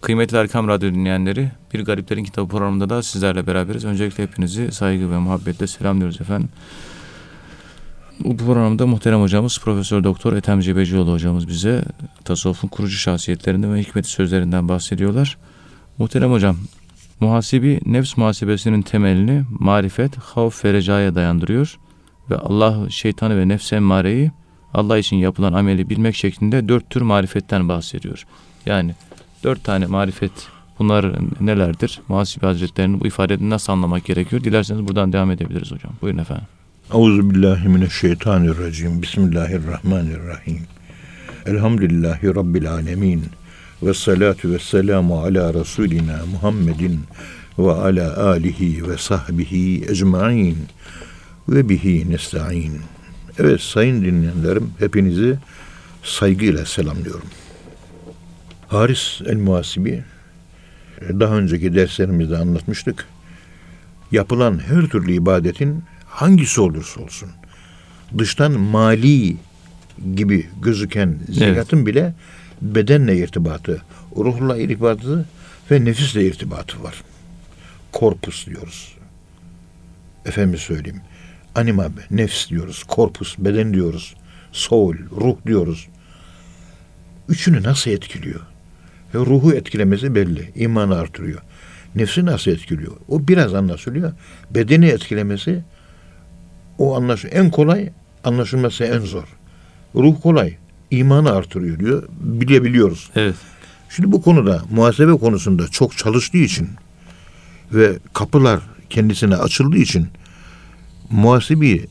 Kıymetli Erkam Radyo dinleyenleri, Bir Gariplerin Kitabı programında da sizlerle beraberiz. Öncelikle hepinizi saygı ve muhabbetle selamlıyoruz efendim. Bu programda muhterem hocamız Profesör Doktor Ethem Cebecioğlu hocamız bize tasavvufun kurucu şahsiyetlerinden ve hikmet sözlerinden bahsediyorlar. Muhterem hocam, muhasibi nefs muhasebesinin temelini marifet, havf ve recaya dayandırıyor ve Allah, şeytanı ve nefs emmareyi Allah için yapılan ameli bilmek şeklinde 4 tür marifetten bahsediyor. Yani 4 tane marifet, bunlar nelerdir? Muhasibi Hazretleri'nin bu ifadelerini nasıl anlamak gerekiyor? Dilerseniz buradan devam edebiliriz hocam. Buyurun efendim. Euzubillahimineşşeytanirracim. Bismillahirrahmanirrahim. Elhamdülillahi Rabbil alemin. Ve salatu ve selamu ala Resulina Muhammedin ve ala alihi ve sahbihi ecmain ve bihi nesta'in. Evet sayın dinleyenlerim, hepinizi saygıyla selamlıyorum. Haris el-Muhasibi, daha önceki derslerimizde anlatmıştık. Yapılan her türlü ibadetin hangisi olursa olsun, dıştan mali gibi gözüken zekatın bile bedenle irtibatı, ruhla irtibatı ve nefisle irtibatı var. Korpus diyoruz. Efendim söyleyeyim. Anima, nefs diyoruz. Korpus, beden diyoruz. Soul, ruh diyoruz. Üçünü nasıl etkiliyor? Ruhu etkilemesi belli. İmanı artırıyor. Nefsi nasıl etkiliyor? O biraz anlaşılıyor. Bedeni etkilemesi o en kolay, anlaşılması en zor. Ruh kolay. İmanı artırıyor diyor. Bilebiliyoruz. Evet. Şimdi bu konuda, muhasebe konusunda çok çalıştığı için ve kapılar kendisine açıldığı için muhasebeyi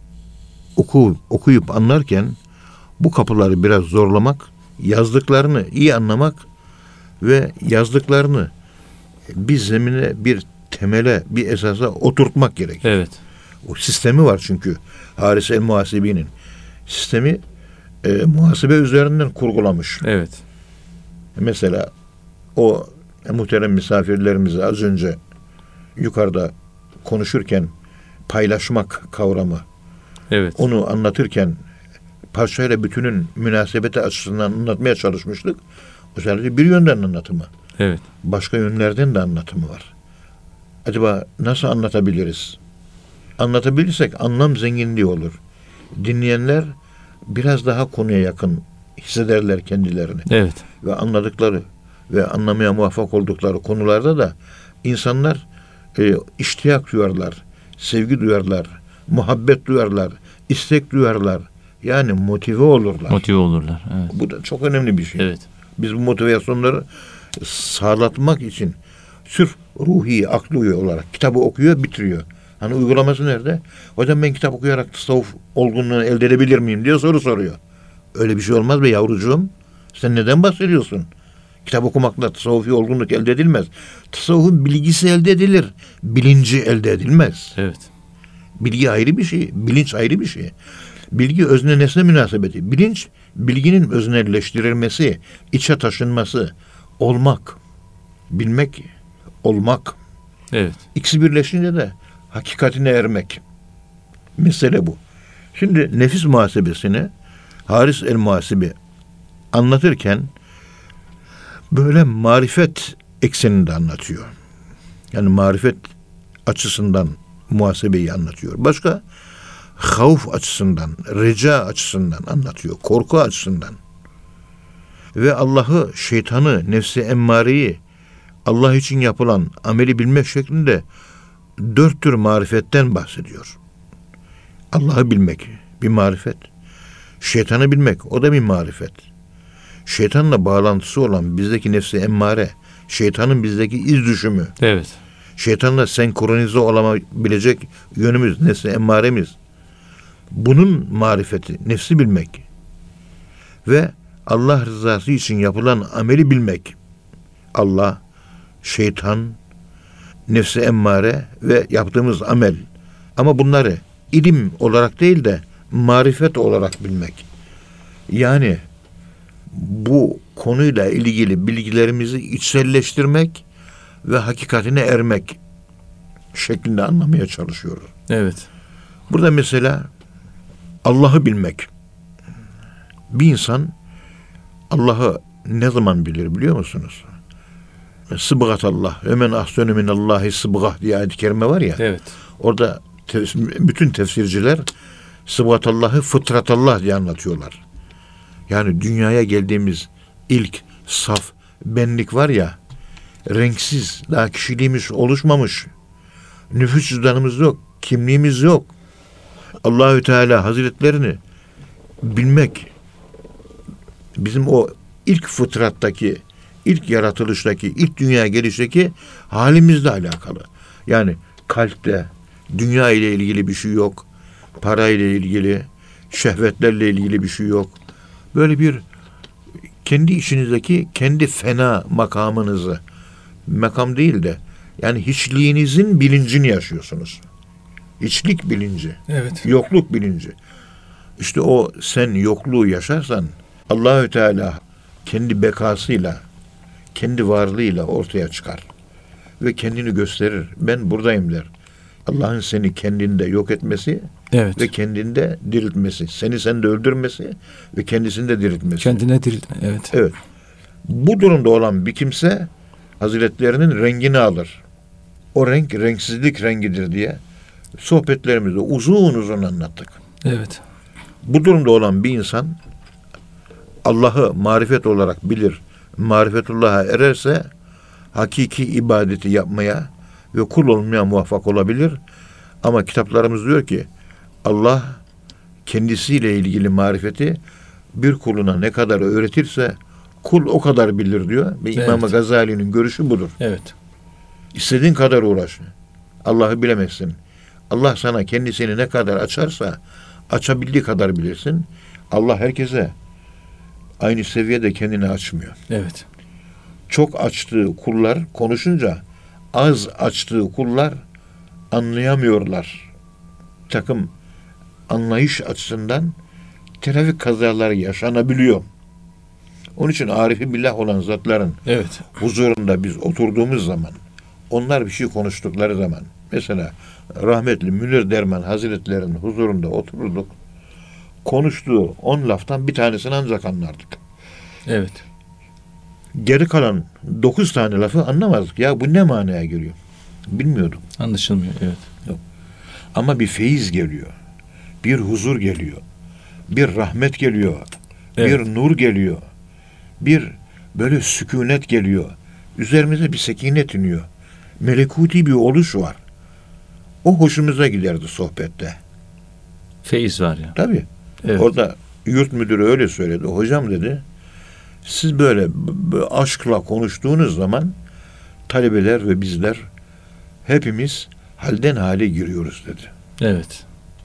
okuyup anlarken bu kapıları biraz zorlamak, yazdıklarını iyi anlamak ve yazdıklarını bir zemine, bir temele, bir esasa oturtmak gerekir. Evet. O sistemi var çünkü. Haris el-Muhasibi'nin sistemi muhasebe üzerinden kurgulamış. Evet. Mesela o muhterem misafirlerimize az önce yukarıda konuşurken paylaşmak kavramı, Evet. onu anlatırken parçayla bütünün münasebeti açısından anlatmaya çalışmıştık. O sadece bir yönden anlatımı. Evet. Başka yönlerden de anlatımı var. Acaba nasıl anlatabiliriz? Anlatabilirsek anlam zenginliği olur. Dinleyenler biraz daha konuya yakın hissederler kendilerini. Evet. Ve anladıkları ve anlamaya muvaffak oldukları konularda da insanlar iştiyak duyarlar, sevgi duyarlar, muhabbet duyarlar, istek duyarlar. Yani motive olurlar. Motive olurlar. Evet. Bu da çok önemli bir şey. Evet. Biz bu motivasyonları sağlatmak için sırf ruhi, akli olarak kitabı okuyor, bitiriyor. Hani uygulaması nerede? Hocam ben kitap okuyarak tasavvuf olgunluğunu elde edebilir miyim diye soru soruyor. Öyle bir şey olmaz be yavrucuğum. Sen neden bahsediyorsun? Kitap okumakla tasavvufi olgunluk elde edilmez. Tasavvufun bilgisi elde edilir. Bilinci elde edilmez. Evet. Bilgi ayrı bir şey. Bilinç ayrı bir şey. Bilgi özne nesne münasebeti. Bilinç, bilginin öznelleştirilmesi, içe taşınması, olmak, bilmek, olmak. Evet. İkisi birleşince de hakikatine ermek. Mesele bu. Şimdi nefis muhasebesini Haris el-Muhasibi anlatırken böyle marifet ekseninde anlatıyor. Yani marifet açısından muhasebeyi anlatıyor. Başka havf açısından, reca açısından anlatıyor. Korku açısından. Ve Allah'ı, şeytanı, nefsi emmareyi Allah için yapılan ameli bilmek şeklinde 4 tür marifetten bahsediyor. Allah'ı bilmek bir marifet. Şeytanı bilmek o da bir marifet. Şeytanla bağlantısı olan bizdeki nefsi emmare, şeytanın bizdeki iz düşümü. Evet. Şeytanla senkronize olabilecek yönümüz, nefsi emmaremiz. Bunun marifeti, nefsi bilmek. Ve Allah rızası için yapılan ameli bilmek. Allah, şeytan, nefsi emmare ve yaptığımız amel. Ama bunları ilim olarak değil de marifet olarak bilmek. Yani bu konuyla ilgili bilgilerimizi içselleştirmek ve hakikatine ermek şeklinde anlamaya çalışıyoruz. Evet. Burada mesela Allah'ı bilmek. Bir insan Allah'ı ne zaman bilir biliyor musunuz? Sıbgatallah ve men ahsenu minallahi sıbgah diye ayet-i kerime var ya. Evet. Orada bütün tefsirciler sıbgatallahı fıtratallah diye anlatıyorlar. Yani dünyaya geldiğimiz ilk saf benlik var ya, renksiz, daha kişiliğimiz oluşmamış, nüfus cüzdanımız yok, kimliğimiz yok. Allahü Teala Hazretlerini bilmek bizim o ilk fıtrattaki, ilk yaratılıştaki, ilk dünyaya gelişteki halimizle alakalı. Yani kalpte dünya ile ilgili bir şey yok. Para ile ilgili, şehvetlerle ilgili bir şey yok. Böyle bir kendi içinizdeki kendi fena makamınızı, makam değil de yani hiçliğinizin bilincini yaşıyorsunuz. Hiçlik bilinci, Evet. yokluk bilinci. İşte o sen yokluğu yaşarsan Allahü Teala kendi bekasıyla, kendi varlığıyla ortaya çıkar ve kendini gösterir. Ben buradayım der. Allah'ın seni kendinde yok etmesi Evet. ve kendinde diriltmesi. Seni sende öldürmesi ve kendisinde diriltmesi. Kendine diriltme. Evet. Evet. Bu durumda olan bir kimse Hazretlerinin rengini alır. O renk renksizlik rengidir diye sohbetlerimizde uzun uzun anlattık. Evet. Bu durumda olan bir insan Allah'ı marifet olarak bilir, marifetullah'a ererse hakiki ibadeti yapmaya ve kul olmaya muvaffak olabilir. Ama kitaplarımız diyor ki Allah kendisiyle ilgili marifeti bir kuluna ne kadar öğretirse kul o kadar bilir diyor. Ve İmam Gazali'nin görüşü budur. Evet. İstediğin kadar uğraş. Allah'ı bilemezsin. Allah sana kendisini ne kadar açarsa açabildiği kadar bilirsin. Allah herkese aynı seviyede kendini açmıyor. Evet. Çok açtığı kullar konuşunca az açtığı kullar anlayamıyorlar. Takım anlayış açısından trafik kazaları yaşanabiliyor. Onun için arifi billah olan zatların Evet. huzurunda biz oturduğumuz zaman, onlar bir şey konuştukları zaman, mesela rahmetli Münir Derman Hazretleri'nin huzurunda otururduk. Konuştuğu 10 laftan bir tanesini ancak anlardık. Evet. Geri kalan 9 tane lafı anlamazdık. Ya bu ne manaya geliyor? Bilmiyordum. Anlaşılmıyor. Evet. Ama bir feyiz geliyor. Bir huzur geliyor. Bir rahmet geliyor. Evet. Bir nur geliyor. Bir böyle sükunet geliyor. Üzerimize bir sekinet iniyor. Melekuti bir oluş var. O hoşumuza giderdi sohbette. Feyiz var ya. Tabii. Evet. Orada yurt müdürü öyle söyledi. Hocam dedi, siz böyle aşkla konuştuğunuz zaman talebeler ve bizler hepimiz halden hale giriyoruz dedi. Evet.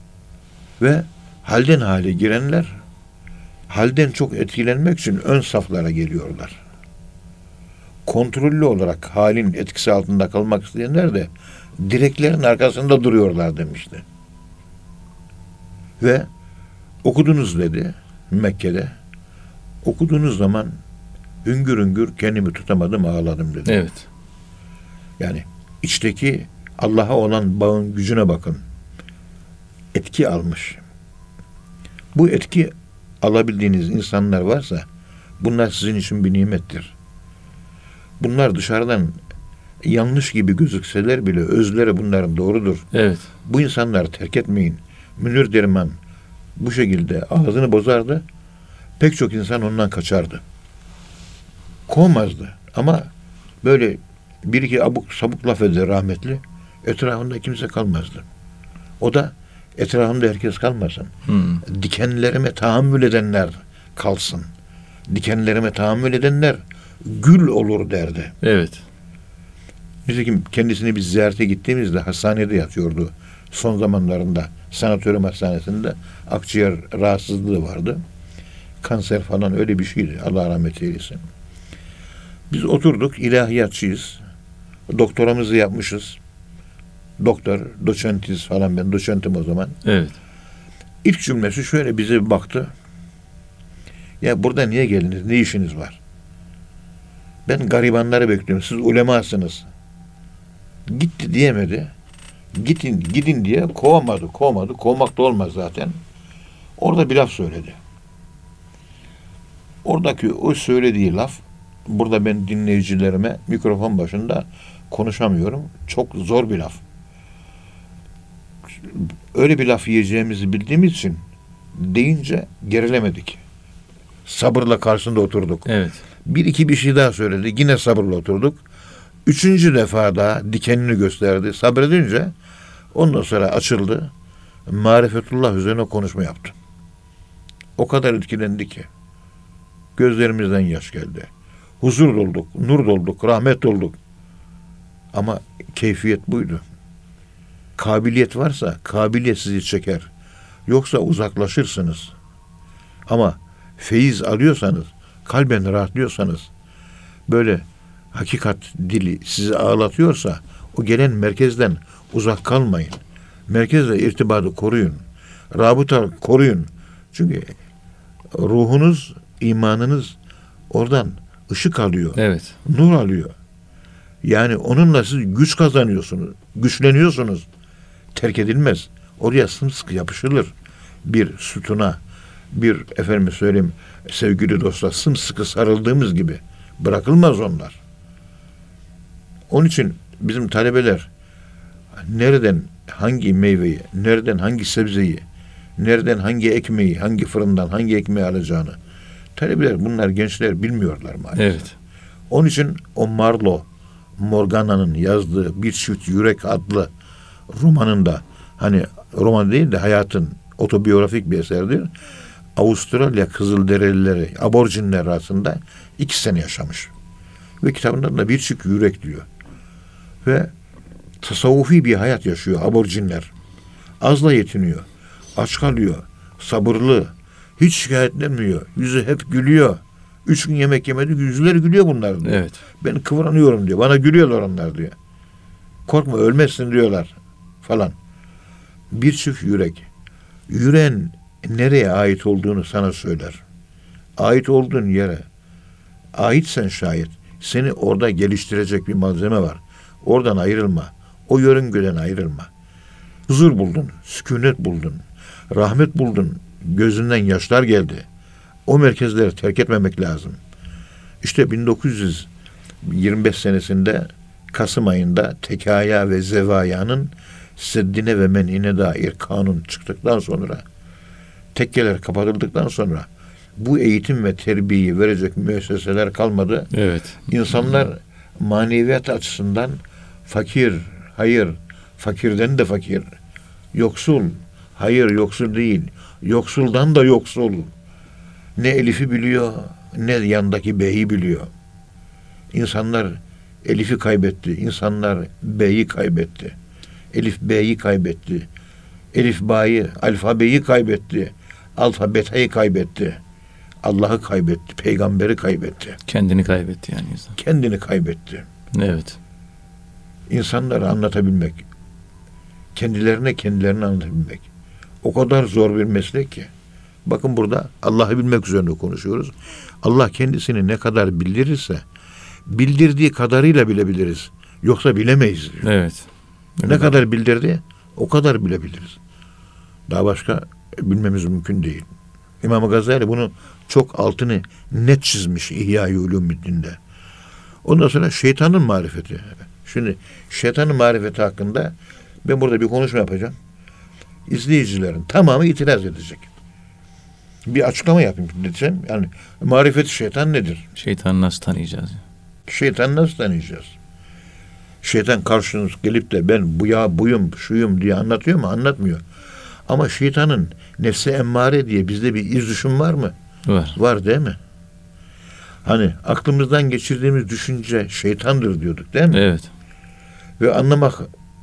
Ve halden hale girenler halden çok etkilenmek için ön saflara geliyorlar. Kontrollü olarak halin etkisi altında kalmak isteyenler de direklerin arkasında duruyorlar demişti. Ve okudunuz dedi Mekke'de. Okuduğunuz zaman hüngür hüngür kendimi tutamadım, ağladım dedi. Evet. Yani içteki Allah'a olan bağın gücüne bakın. Etki almış. Bu etki alabildiğiniz insanlar varsa bunlar sizin için bir nimettir. Bunlar dışarıdan yanlış gibi gözükseler bile özleri bunların doğrudur. Evet. Bu insanları terk etmeyin. Münir Derman bu şekilde ağzını bozardı. Pek çok insan ondan kaçardı. Kovmazdı. Ama böyle bir iki abuk sabuk laf eder rahmetli. Etrafında kimse kalmazdı. O da etrafında herkes kalmasın. Dikenlerime tahammül edenler kalsın. Dikenlerime tahammül edenler gül olur derdi. Evet. Nitekim kendisini biz ziyarete gittiğimizde hastanede yatıyordu. Son zamanlarında sanatoryum hastanesinde akciğer rahatsızlığı vardı. Kanser falan öyle bir şeydi. Allah rahmet eylesin. Biz oturduk, ilahiyatçıyız. Doktoramızı yapmışız. Doktor, doçentiz falan, ben doçentim o zaman. Evet. İlk cümlesi şöyle bize bir baktı. Ya burada niye geldiniz? Ne işiniz var? Ben garibanları bekliyorum. Siz ulemasınız. Gitti diyemedi. Gidin diye kovamadı. Kovmak da olmaz zaten. Orada bir laf söyledi. Oradaki o söylediği laf burada ben dinleyicilerime mikrofon başında konuşamıyorum. Çok zor bir laf. Öyle bir laf yiyeceğimizi bildiğimiz için deyince gerilemedik. Sabırla karşısında oturduk. Evet. Bir iki bir şey daha söyledi. Yine sabırla oturduk. Üçüncü defa daha dikenini gösterdi. Sabredince ondan sonra açıldı. Marifetullah üzerine konuşma yaptı. O kadar etkilendi ki. Gözlerimizden yaş geldi. Huzur dolduk, nur dolduk, rahmet dolduk. Ama keyfiyet buydu. Kabiliyet varsa kabiliyet sizi çeker. Yoksa uzaklaşırsınız. Ama feyiz alıyorsanız, kalben rahatlıyorsanız, böyle hakikat dili sizi ağlatıyorsa o gelen merkezden uzak kalmayın. Merkezle irtibatı koruyun. Rabıta koruyun. Çünkü ruhunuz, imanınız oradan ışık alıyor. Evet. Nur alıyor. Yani onunla siz güç kazanıyorsunuz. Güçleniyorsunuz. Terk edilmez. Oraya sımsıkı yapışılır. Bir sütuna, bir efendim söyleyeyim sevgili dostlar sımsıkı sarıldığımız gibi bırakılmaz onlar. Onun için bizim talebeler nereden hangi meyveyi, nereden hangi sebzeyi, nereden hangi ekmeği, hangi fırından hangi ekmeği alacağını talebeler bunlar gençler bilmiyorlar maalesef. Evet. Onun için o Marlo Morgana'nın yazdığı Bir Çift Yürek adlı romanında hani roman değil de hayatın otobiyografik bir eserdir. Avustralya Kızılderilileri, aborjinler arasında 2 sene yaşamış. Ve kitabında da Bir Çift Yürek diyor. Ve tasavvufi bir hayat yaşıyor aborjinler. Azla yetiniyor. Aç kalıyor. Sabırlı. Hiç şikayetlenmiyor. Yüzü hep gülüyor. 3 gün yemek yemedi. Yüzleri gülüyor bunlar diyor. Evet. Ben kıvranıyorum diyor. Bana gülüyorlar onlar diyor. Korkma ölmezsin diyorlar falan. Bir çift yürek. Yüreğin nereye ait olduğunu sana söyler. Ait olduğun yere. Aitsen şayet seni orada geliştirecek bir malzeme var. Oradan ayrılma. O yörüngeden ayrılma. Huzur buldun. Sükunet buldun. Rahmet buldun. Gözünden yaşlar geldi. O merkezleri terk etmemek lazım. İşte 1925 senesinde Kasım ayında tekaya ve zevayanın seddine ve men'ine dair kanun çıktıktan sonra, tekkeler kapatıldıktan sonra bu eğitim ve terbiyeyi verecek müesseseler kalmadı. Evet. İnsanlar maneviyat açısından fakir, hayır, fakirden de fakir, yoksul, hayır yoksul değil, yoksuldan da yoksul. Ne Elif'i biliyor, ne yandaki B'yi biliyor. İnsanlar Elif'i kaybetti, insanlar B'yi kaybetti. Elif B'yi kaybetti. Elif Ba'yı, alfabeyi kaybetti. Alfabetayı kaybetti. Allah'ı kaybetti, peygamberi kaybetti. Kendini kaybetti yani insan. Kendini kaybetti. Evet. İnsanları anlatabilmek, kendilerini anlatabilmek o kadar zor bir meslek ki. Bakın burada Allah'ı bilmek üzerine konuşuyoruz. Allah kendisini ne kadar bildirirse bildirdiği kadarıyla bilebiliriz. Yoksa bilemeyiz diyor. Evet. Ne kadar bildirdi o kadar bilebiliriz. Daha başka bilmemiz mümkün değil. İmam Gazali bunu çok altını net çizmiş İhya-i Ulumuddin'de. Ondan sonra şeytanın marifeti. Şimdi şeytanın marifeti hakkında ben burada bir konuşma yapacağım. İzleyicilerin tamamı itiraz edecek. Bir açıklama yapayım diyeceğim. Yani marifet şeytan nedir? Şeytanı nasıl tanıyacağız? Şeytan nasıl tanıyacağız? Şeytan karşınız gelip de ben bu ya buyum şuyum diye anlatıyor mu? Anlatmıyor. Ama şeytanın nefse emmare diye bizde bir iz düşüm var mı? Var. Var değil mi? Hani aklımızdan geçirdiğimiz düşünce şeytandır diyorduk değil mi? Evet. Ve anlamak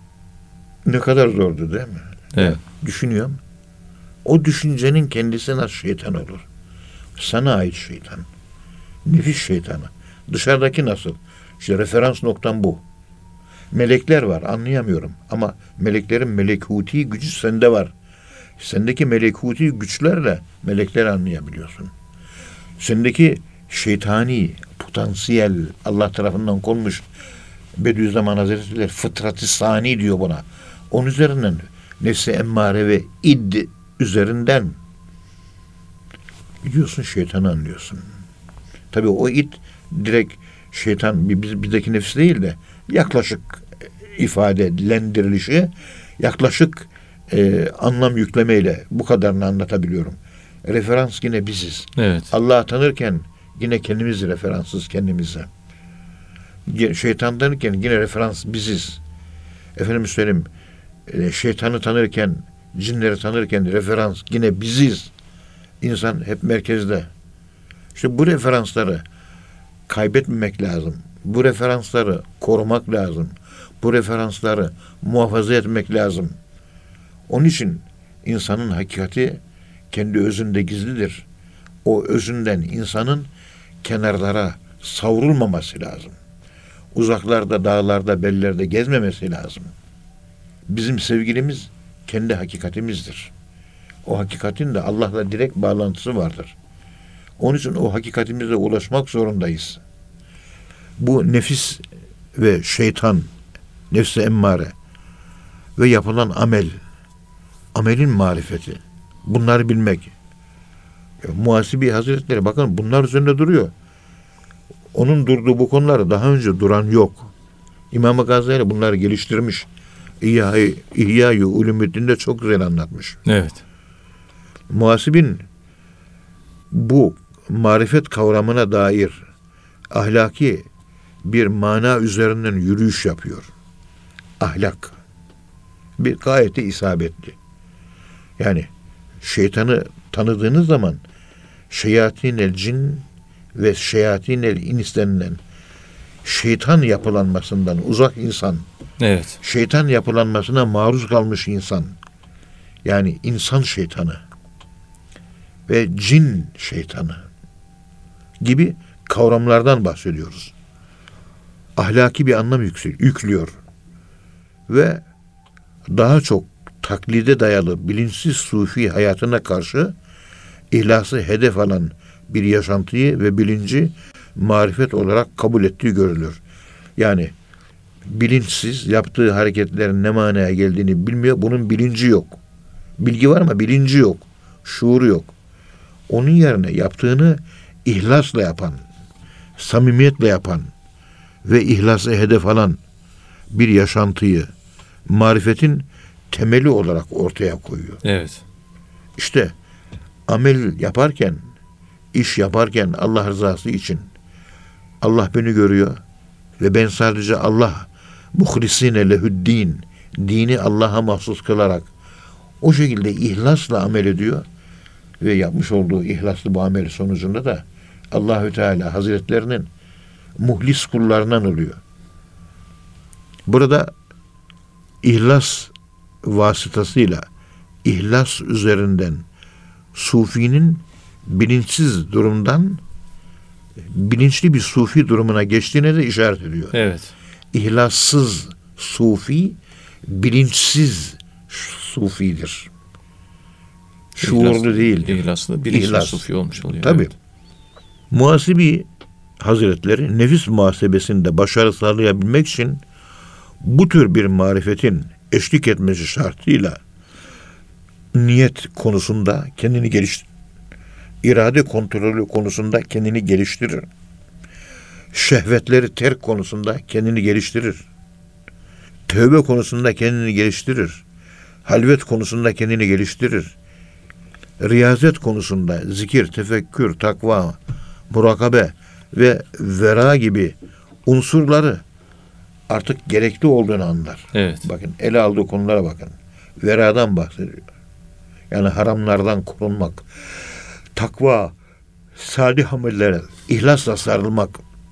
ne kadar zordu değil mi? Evet. Düşünüyorum. O düşüncenin kendisi nasıl şeytan olur? Sana ait şeytan. Nefis şeytanı. Dışarıdaki nasıl? İşte referans noktam bu. Melekler var anlayamıyorum. Ama meleklerin melekuti gücü sende var. Sendeki melekuti güçlerle melekleri anlayabiliyorsun. Sendeki şeytani, potansiyel Allah tarafından konmuş Bediüzzaman Hazretleri fıtrat-ı sani diyor buna. Onun üzerinden nefsi emmare ve id üzerinden gidiyorsun şeytanı anlıyorsun. Tabii o id direkt şeytan bizdeki nefis değil de yaklaşık ifadelendirilişi yaklaşık anlam yüklemeyle bu kadarını anlatabiliyorum. Referans yine biziz. Evet. Allah'ı tanırken yine kendimiz referansız kendimize. Şeytan tanırken yine referans biziz. Efendim söyleyeyim, şeytanı tanırken, cinleri tanırken referans yine biziz. İnsan hep merkezde. İşte bu referansları kaybetmemek lazım. Bu referansları korumak lazım. Bu referansları muhafaza etmek lazım. Onun için insanın hakikati kendi özünde gizlidir. O özünden insanın kenarlara savrulmaması lazım. Uzaklarda, dağlarda, bellerde gezmemesi lazım. Bizim sevgilimiz kendi hakikatimizdir. O hakikatin de Allah'la direkt bağlantısı vardır. Onun için o hakikatimize ulaşmak zorundayız. Bu nefis ve şeytan, nefs-i emmare ve yapılan amelin marifeti. Bunları bilmek. Muhasibi Hazretleri bakın bunlar üzerinde duruyor. Onun durduğu bu konuları daha önce duran yok. İmam-ı Gazali bunları geliştirmiş. İhya-i Ulumuddin'de çok güzel anlatmış. Evet. Muhasibin bu marifet kavramına dair ahlaki bir mana üzerinden yürüyüş yapıyor. Ahlak. Bir gayet isabetli. Yani şeytanı tanıdığınız zaman şeyatin-el cin ve şeyatin-el ins denilen şeytan yapılanmasından uzak insan, Evet. şeytan yapılanmasına maruz kalmış insan, yani insan şeytanı ve cin şeytanı gibi kavramlardan bahsediyoruz. Ahlaki bir anlam yüklüyor ve daha çok taklide dayalı bilinçsiz sufi hayatına karşı ihlası hedef alan bir yaşantıyı ve bilinci marifet olarak kabul ettiği görülür. Yani bilinçsiz yaptığı hareketlerin ne manaya geldiğini bilmiyor. Bunun bilinci yok. Bilgi var ama bilinci yok. Şuuru yok. Onun yerine yaptığını ihlasla yapan, samimiyetle yapan ve ihlası hedef alan bir yaşantıyı marifetin temeli olarak ortaya koyuyor. Evet. İşte amel yaparken, iş yaparken Allah rızası için Allah beni görüyor ve ben sadece Allah muhlisine lehüddin, dini Allah'a mahsus kılarak o şekilde ihlasla amel ediyor ve yapmış olduğu ihlaslı bu amel sonucunda da Allahü Teala Hazretlerinin muhlis kullarından oluyor. Burada ihlas vasıtasıyla ihlas üzerinden sufinin bilinçsiz durumdan bilinçli bir sufi durumuna geçtiğine de işaret ediyor. Evet. İhlassız sufi bilinçsiz sufidir. Şuurlu değildir. İhlaslı, bilinçli İhlas. sufi olmuş oluyor. Tabii. Evet. Muhasibi Hazretleri nefis muhasebesinde başarı sağlayabilmek için bu tür bir marifetin eşlik etmesi şartıyla niyet konusunda kendini geliştirir. İrade kontrolü konusunda kendini geliştirir. Şehvetleri terk konusunda kendini geliştirir. Tövbe konusunda kendini geliştirir. Halvet konusunda kendini geliştirir. Riyazet konusunda zikir, tefekkür, takva, murakabe ve vera gibi unsurları artık gerekli olduğunu anlar. Evet. Bakın ele aldığı konulara bakın. Veradan bahsediyor. Yani haramlardan korunmak. Takva, salih amellere, ihlasla sarılmak.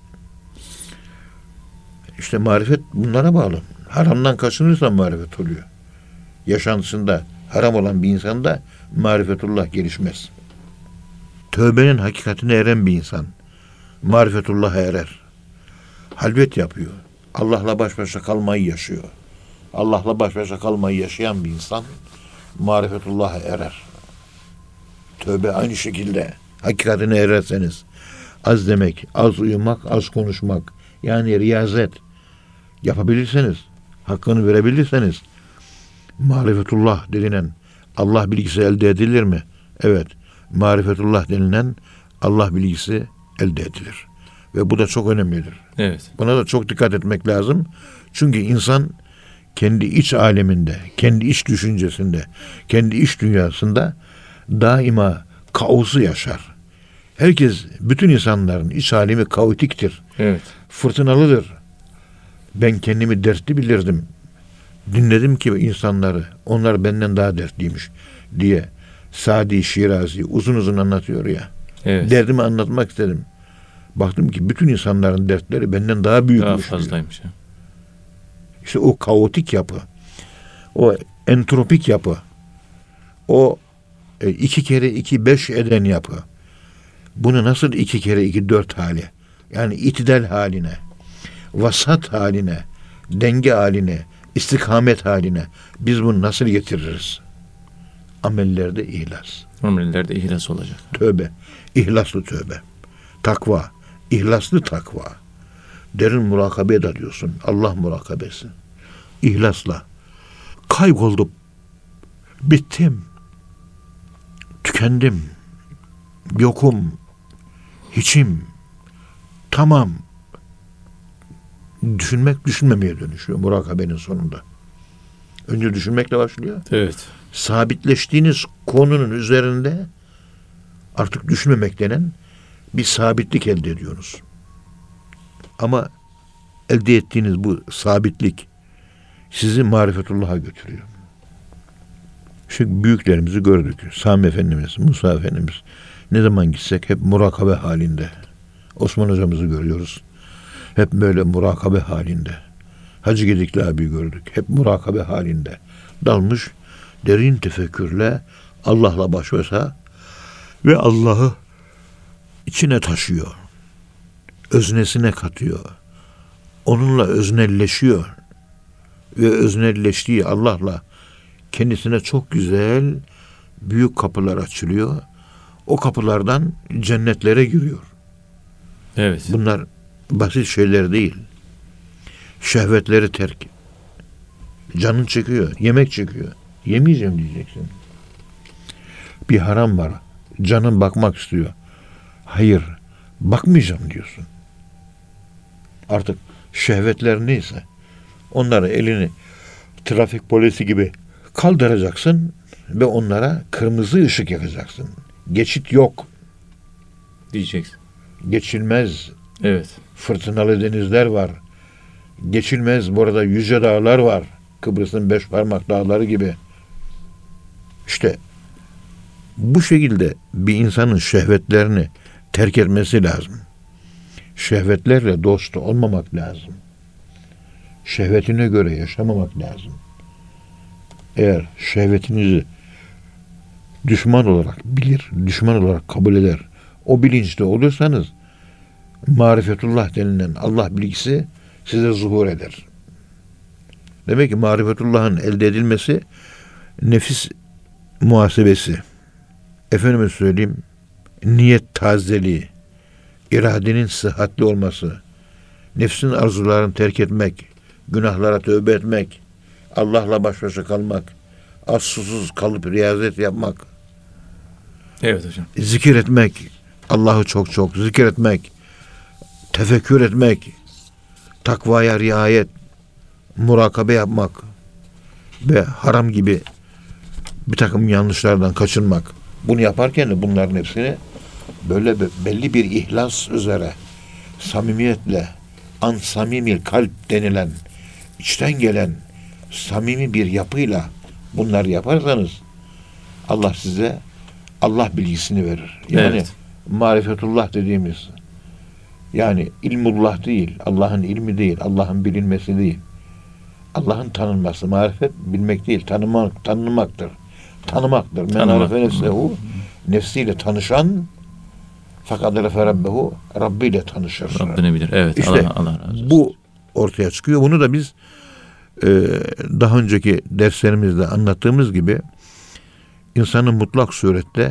İşte marifet bunlara bağlı. Haramdan kaçınırsa marifet oluyor. Yaşantısında haram olan bir insanda marifetullah gelişmez. Tövbenin hakikatine eren bir insan marifetullah'a erer. Halvet yapıyor. Allah'la baş başa kalmayı yaşıyor. Allah'la baş başa kalmayı yaşayan bir insan marifetullah'a erer. Tövbe aynı şekilde hakikatine ererseniz az demek, az uyumak, az konuşmak yani riyazet yapabilirseniz, hakkını verebilirseniz marifetullah denilen Allah bilgisi elde edilir mi? Evet. Marifetullah denilen Allah bilgisi elde edilir. Ve bu da çok önemlidir. Evet. Buna da çok dikkat etmek lazım. Çünkü insan kendi iç aleminde, kendi iç düşüncesinde, kendi iç dünyasında daima kaosu yaşar. Bütün insanların iç alemi kaotiktir. Evet. Fırtınalıdır. Ben kendimi dertli bilirdim. Dinledim ki insanları, onlar benden daha dertliymiş diye Sadi Şirazi uzun uzun anlatıyor ya. Evet. Derdimi anlatmak istedim. Baktım ki bütün insanların dertleri benden daha büyükmüş. Daha fazlaymış. Ya. İşte o kaotik yapı, o entropik yapı, o 2 kere 2 5 eden yapı. Bunu nasıl 2 kere 2 4 hali? Yani itidal haline, vasat haline, denge haline, istikamet haline biz bunu nasıl getiririz? Amellerde ihlas. Amellerde ihlas olacak. Tövbe, ihlaslı tövbe. Takva, ihlaslı takva. Derin murakabe ediyorsun. Allah murakabesi. İhlasla. Kayboldum. Bittim. Tükendim. Yokum. Hiçim. Tamam. Düşünmek düşünmemeye dönüşüyor murakabenin sonunda. Önce düşünmekle başlıyor. Evet. Sabitleştiğiniz konunun üzerinde artık düşünmemek denen bir sabitlik elde ediyorsunuz. Ama elde ettiğiniz bu sabitlik sizi marifetullah'a götürüyor. Şimdi büyüklerimizi gördük. Sami Efendimiz, Musa Efendimiz ne zaman gitsek hep murakabe halinde. Osman hocamızı görüyoruz. Hep böyle murakabe halinde. Hacı Gedikli abi gördük. Hep murakabe halinde. Dalmış derin tefekkürle Allah'la baş başa ve Allah'ı içine taşıyor. Öznesine katıyor. Onunla öznelleşiyor. Ve öznelleştiği Allah'la kendisine çok güzel büyük kapılar açılıyor. O kapılardan cennetlere giriyor. Evet. Bunlar basit şeyler değil. Şehvetleri terk. Canın çekiyor, yemek çekiyor. Yemeyeceğim diyeceksin. Bir haram var. Canın bakmak istiyor. Hayır, bakmayacağım diyorsun. Artık şehvetler neyse onları elini trafik polisi gibi kaldıracaksın ve onlara kırmızı ışık yakacaksın. Geçit yok. Diyeceksin. Geçilmez. Evet. Fırtınalı denizler var. Geçilmez burada yüce dağlar var. Kıbrıs'ın 5 parmak dağları gibi. İşte bu şekilde bir insanın şehvetlerini terk etmesi lazım. Şehvetlerle dost olmamak lazım. Şehvetine göre yaşamamak lazım. Eğer şehvetinizi düşman olarak bilir, düşman olarak kabul eder, o bilinçte olursanız marifetullah denilen Allah bilgisi size zuhur eder. Demek ki marifetullah'ın elde edilmesi nefis muhasebesi. Efendime söyleyeyim, niyet tazeliği, iradenin sıhhatli olması, nefsin arzularını terk etmek, günahlara tövbe etmek, Allah'la baş başa kalmak, az susuz kalıp riyazet yapmak, Evet hocam. zikir etmek, Allah'ı çok çok zikir etmek, tefekkür etmek, takvaya riayet, murakabe yapmak ve haram gibi bir takım yanlışlardan kaçınmak. Bunu yaparken de bunların hepsini böyle belli bir ihlas üzere, samimiyetle, samimil kalp denilen, içten gelen samimi bir yapıyla bunları yaparsanız Allah size Allah bilgisini verir. Yani Evet. marifetullah dediğimiz, yani ilmullah değil, Allah'ın ilmi değil, Allah'ın bilinmesi değil. Allah'ın tanınması, marifet bilmek değil, tanımaktır. Tanımaktır. Men arife nefsehu, nefsiyle tanışan fakat arefe rabbehu, Rabbi ile tanışır. Rabbini bilir. Evet. İşte Allah razı olsun. bu ortaya çıkıyor. Bunu da biz daha önceki derslerimizde anlattığımız gibi insanın mutlak surette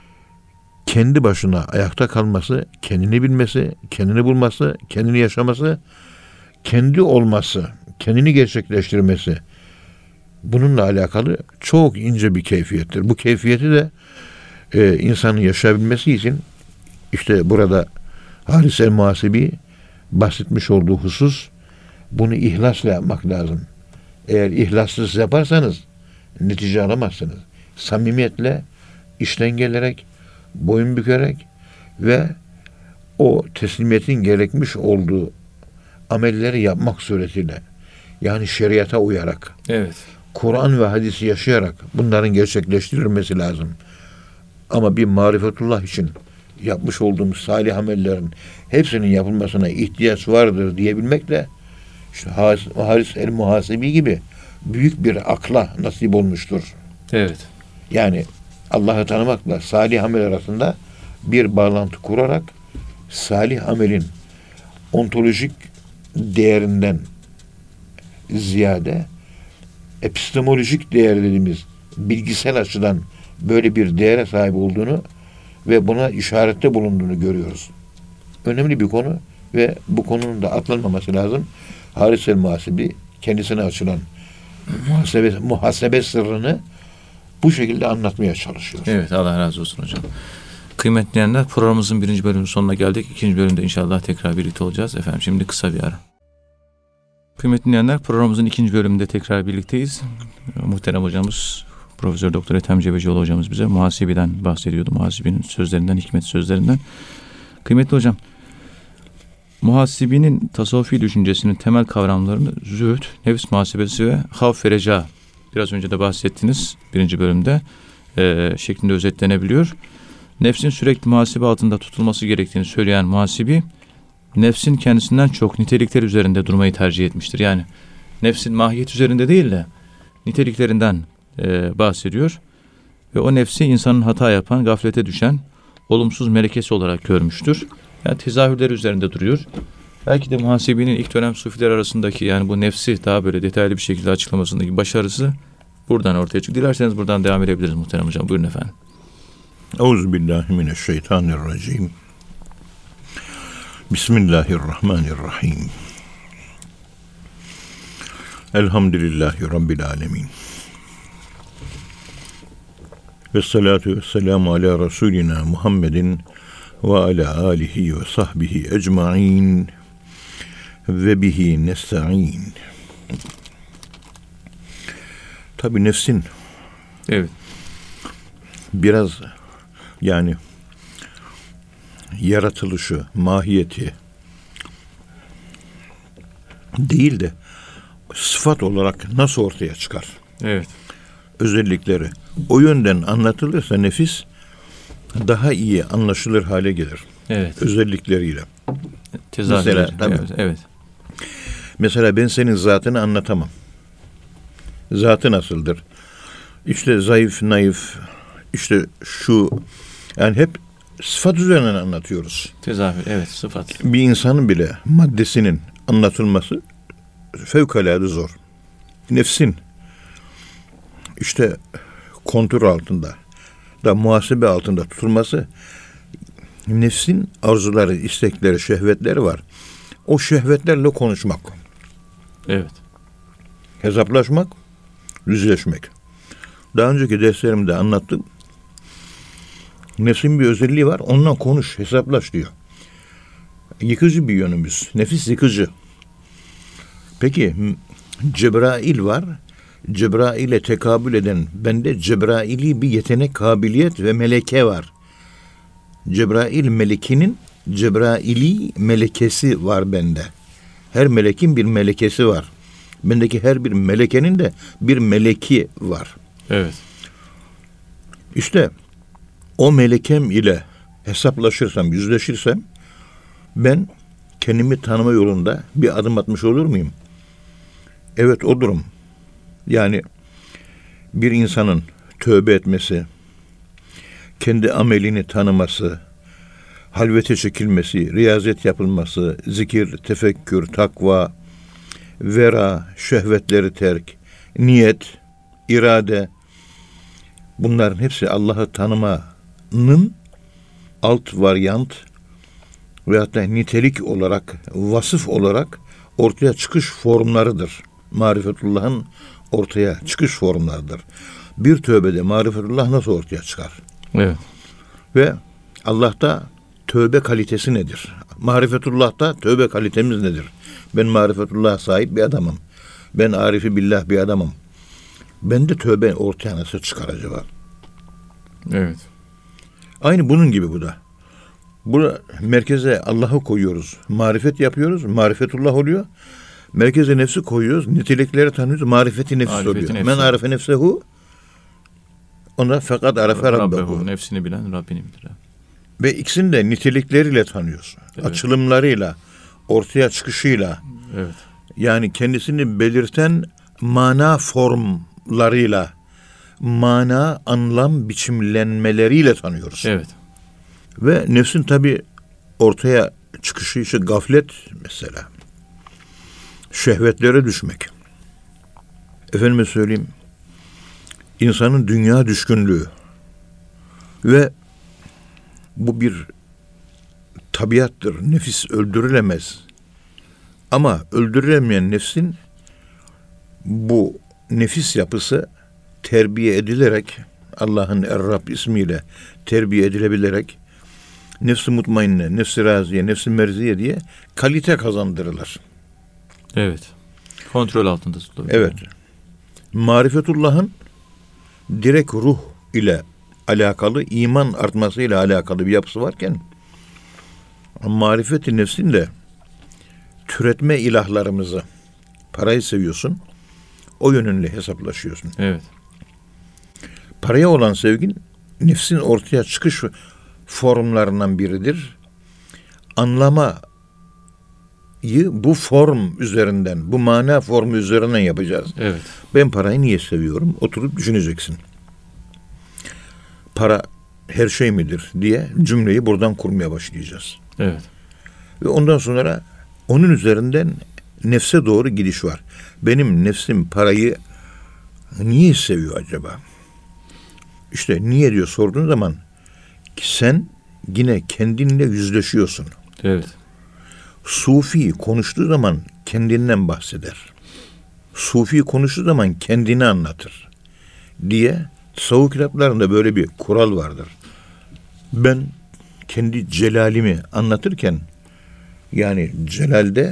kendi başına ayakta kalması, kendini bilmesi, kendini bulması, kendini yaşaması, kendi olması, kendini gerçekleştirmesi, bununla alakalı çok ince bir keyfiyettir. Bu keyfiyeti de insanın yaşayabilmesi için işte burada Haris el-Muhasibi bahsetmiş olduğu husus, bunu ihlasla yapmak lazım. Eğer ihlassız yaparsanız netice alamazsınız. Samimiyetle, işten gelerek, boyun bükerek ve o teslimiyetin gerekmiş olduğu amelleri yapmak suretiyle, yani şeriata uyarak, Evet. Kur'an ve hadisi yaşayarak bunların gerçekleştirilmesi lazım. Ama bir marifetullah için yapmış olduğumuz salih amellerin hepsinin yapılmasına ihtiyaç vardır diyebilmekle, işte Haris el-Muhasibi gibi büyük bir akla nasip olmuştur. Evet. Yani Allah'ı tanımakla salih amel arasında bir bağlantı kurarak salih amelin ontolojik değerinden ziyade epistemolojik değer dediğimiz bilgisel açıdan böyle bir değere sahip olduğunu ve buna işarette bulunduğunu görüyoruz. Önemli bir konu ve bu konunun da atlanmaması lazım. Haris el-Muhasibi kendisine açılan muhasebe sırrını bu şekilde anlatmaya çalışıyor. Evet, Allah razı olsun hocam. Kıymetli dinleyenler, programımızın 1. bölümünün sonuna geldik. 2. bölümde inşallah tekrar birlikte olacağız. Efendim şimdi kısa bir ara. Kıymetli dinleyenler, programımızın 2. bölümünde tekrar birlikteyiz. Muhterem hocamız Profesör Doktor Ethem Cebecioğlu hocamız bize muhasebeden bahsediyordu. Muhasebinin sözlerinden, hikmet sözlerinden. Kıymetli hocam, muhasebinin tasavvufi düşüncesinin temel kavramlarını zühd, nefs muhasebesi ve havf ve reca, biraz önce de bahsettiniz 1. bölümde şeklinde özetlenebiliyor. Nefsin sürekli muhasebe altında tutulması gerektiğini söyleyen muhasebi, nefsin kendisinden çok nitelikler üzerinde durmayı tercih etmiştir. Yani nefsin mahiyet üzerinde değil de niteliklerinden bahsediyor. Ve o nefsi insanın hata yapan, gaflete düşen, olumsuz melekesi olarak görmüştür. Yani tezahürleri üzerinde duruyor. Belki de muhasebinin ilk dönem sufiler arasındaki, yani bu nefsi daha böyle detaylı bir şekilde açıklamasındaki başarısı buradan ortaya çıkıyor. Dilerseniz buradan devam edebiliriz muhterem hocam. Buyurun efendim. Euzubillahimineşşeytanirracim. Bismillahirrahmanirrahim. Elhamdülillahi Rabbil alemin. Ve salatu ve selamu ala Resulina Muhammedin ve ala alihi ve sahbihi ecmain ve bihi nesta'in. Tabi nefsin Evet. biraz yani yaratılışı, mahiyeti değil de sıfat olarak nasıl ortaya çıkar? Evet. Özellikleri. O yönden anlatılırsa nefis daha iyi anlaşılır hale gelir. Evet. Özellikleriyle. Tezahürleri. Mesela, tabii. Evet, evet. Mesela ben senin zatını anlatamam. Zatı nasıldır? İşte zayıf, naif, işte şu, yani hep sıfat üzerinden anlatıyoruz. Tezahür, evet, sıfat. Bir insanın bile maddesinin anlatılması fevkalade zor. Nefsin işte kontrol altında da muhasebe altında tutulması, nefsin arzuları, istekleri, şehvetleri var. O şehvetlerle konuşmak. Evet. Hesaplaşmak, yüzleşmek. Daha önceki derslerimde anlattım. Nefsin bir özelliği var. Onunla konuş, hesaplaş diyor. Yıkıcı bir yönümüz. Nefis yıkıcı. Peki Cebrail var. Cebrail'e tekabül eden bende Cebrail'i bir yetenek, kabiliyet ve meleke var. Cebrail melekinin Cebrail'i melekesi var bende. Her melekin bir melekesi var. Bendeki her bir melekenin de bir meleki var. Evet. İşte o melekem ile hesaplaşırsam, yüzleşirsem ben kendimi tanıma yolunda bir adım atmış olur muyum? Evet, olurum. Yani bir insanın tövbe etmesi, kendi amelini tanıması, halvete çekilmesi, riyazet yapılması, zikir, tefekkür, takva, vera, şehvetleri terk, niyet, irade, bunların hepsi Allah'ı tanımanın alt varyant veyahut da nitelik olarak, vasıf olarak ortaya çıkış formlarıdır. Marifetullah'ın ortaya çıkış formlarıdır. Bir tövbede marifetullah nasıl ortaya çıkar? Evet. Ve Allah'ta tövbe kalitesi nedir? Marifetullah'ta tövbe kalitemiz nedir? Ben marifetullah'a sahip bir adamım. Ben arifi billah bir adamım. Bende tövbe ortaya nasıl çıkar acaba? Evet. Aynı bunun gibi bu da. Bu merkeze Allah'ı koyuyoruz. Marifet yapıyoruz. Marifetullah oluyor. Merkeze nefsi koyuyoruz. Nitelikleri tanıyoruz. Marifeti nefis Marifeti oluyor. nefsi. Men arife nefsehu ona fakat arife rabbehu. Rabbehu. Nefsini bilen Rabbini bilir. Ve ikisini de nitelikleriyle tanıyoruz. Evet. Açılımlarıyla, ortaya çıkışıyla, Evet. yani kendisini belirten mana formlarıyla, mana anlam biçimlenmeleriyle tanıyoruz. Evet. Ve nefsin tabi ortaya çıkışı işte gaflet mesela. Şehvetlere düşmek. Efendime söyleyeyim, insanın dünya düşkünlüğü ve bu bir tabiattır. Nefis öldürülemez. Ama öldürülemeyen nefsin bu nefis yapısı terbiye edilerek, Allah'ın Er-Rab ismiyle terbiye edilebilerek nefs-i mutmainne, nefs-i raziye, nefs-i merziye diye kalite kazandırırlar. Evet. Kontrol altında tutulur. Evet. Marifetullah'ın direkt ruh ile alakalı, iman artmasıyla alakalı bir yapısı varken marifeti nefsin de türetme ilahlarımızı, parayı seviyorsun, o yönünle hesaplaşıyorsun. Evet. Paraya olan sevgin nefsin ortaya çıkış formlarından biridir. Anlamayı bu form üzerinden, bu mana formu üzerinden yapacağız. Evet. Ben parayı niye seviyorum? Oturup düşüneceksin. Para her şey midir diye cümleyi buradan kurmaya başlayacağız. Evet. Ve ondan sonra onun üzerinden nefse doğru gidiş var. Benim nefsim parayı niye seviyor acaba? İşte niye diyor sorduğun zaman sen yine kendinle yüzleşiyorsun. Evet. Sufi konuştuğu zaman kendinden bahseder. Sufi konuştuğu zaman kendini anlatır diye tasavvuf kitaplarında böyle bir kural vardır. Ben kendi celalimi anlatırken, yani celalde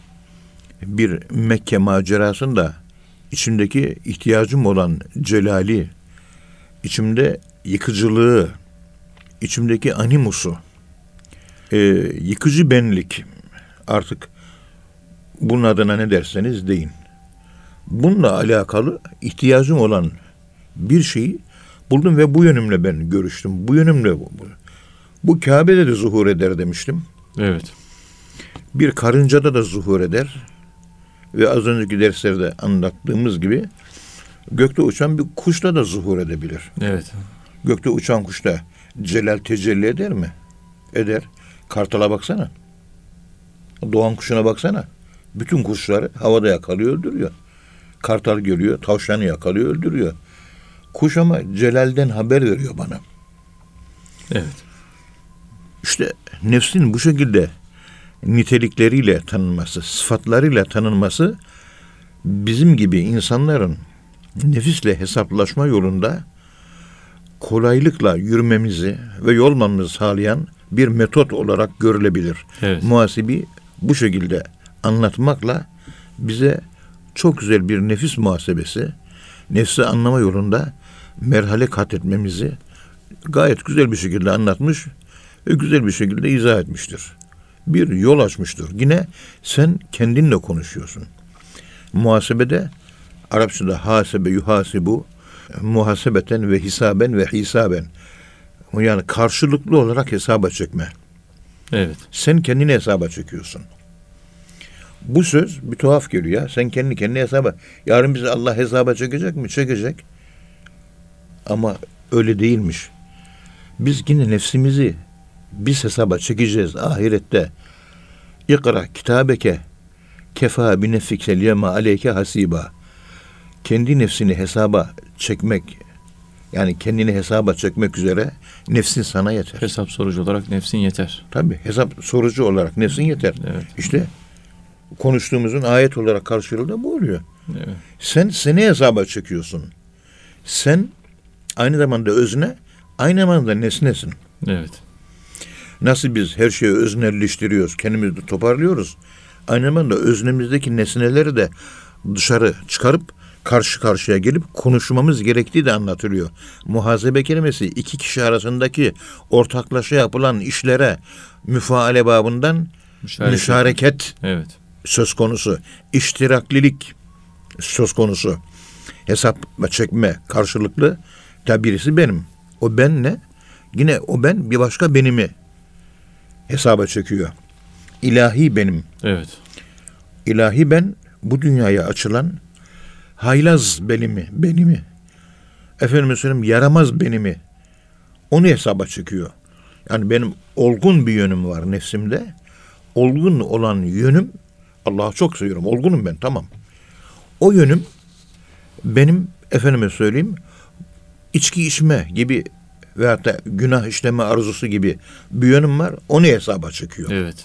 bir Mekke macerasında içimdeki ihtiyacım olan celali, içimde yıkıcılığı, içimdeki animusu, yıkıcı benlik, artık bunun adına ne derseniz deyin. Bununla alakalı ihtiyacım olan bir şeyi buldum ve bu yönümle ben görüştüm. Bu yönümle bu Kabe'de de zuhur eder demiştim. Evet. Bir karıncada da zuhur eder. Ve az önceki derslerde anlattığımız gibi gökte uçan bir kuşta da zuhur edebilir. Evet. Gökte uçan kuşta celal tecelli eder mi? Eder. Kartala baksana. Doğan kuşuna baksana. Bütün kuşları havada yakalıyor, öldürüyor. Kartal geliyor, tavşanı yakalıyor, öldürüyor. Kuş ama celalden haber veriyor bana. Evet. İşte nefsin bu şekilde nitelikleriyle tanınması, sıfatlarıyla tanınması bizim gibi insanların nefisle hesaplaşma yolunda kolaylıkla yürümemizi ve yol almamızı sağlayan bir metot olarak görülebilir. Evet. Muhasibi bu şekilde anlatmakla bize çok güzel bir nefis muhasebesi, nefsi anlama yolunda merhale kat etmemizi gayet güzel bir şekilde anlatmış ve güzel bir şekilde izah etmiştir. Bir yol açmıştır. Yine sen kendinle konuşuyorsun. Muhasebede, Arapçada hasebe yuhasibu, muhasebeten ve hisaben ve hisaben. Yani karşılıklı olarak hesaba çekme. Evet. Sen kendini hesaba çekiyorsun. Bu söz bir tuhaf geliyor ya. Sen kendini hesaba. Yarın bizi Allah hesaba çekecek mi? Çekecek. Ama öyle değilmiş. Biz yine nefsimizi biz hesaba çekeceğiz ahirette. İkra kitabeke kefa bi nefsikel yema aleyke hasiba. Kendi nefsini hesaba çekmek, yani kendini hesaba çekmek üzere nefsin sana yeter. Hesap sorucu olarak nefsin yeter. Tabii hesap sorucu olarak nefsin yeter. Evet. İşte konuştuğumuzun ayet olarak karşılığı da bu oluyor. Evet. Sen seni hesaba çekiyorsun. Sen aynı zamanda özne, aynı zamanda nesnesin. Evet. Nasıl biz her şeyi öznelleştiriyoruz, kendimizi de toparlıyoruz. Aynı zamanda öznemizdeki nesneleri de dışarı çıkarıp karşı karşıya gelip konuşmamız gerektiği de anlatılıyor. Muhasebe kelimesi iki kişi arasındaki ortaklaşa yapılan işlere müfaale babından müşareket Evet. söz konusu. İştiraklilik söz konusu. Hesap çekme karşılıklı. Tabi birisi benim. O ben ne? Yine o ben bir başka benimi hesaba çekiyor. İlahi benim. Evet. İlahi ben bu dünyaya açılan haylaz benimi. Efendim söyleyeyim yaramaz benimi. Onu hesaba çekiyor. Yani benim olgun bir yönüm var nefsimde. Olgun olan yönüm, Allah'ı çok seviyorum. Olgunum ben, tamam. O yönüm benim efendime söyleyeyim içki içme gibi veyahut da günah işleme arzusu gibi bir yönüm var. Onu hesaba çekiyor. Evet.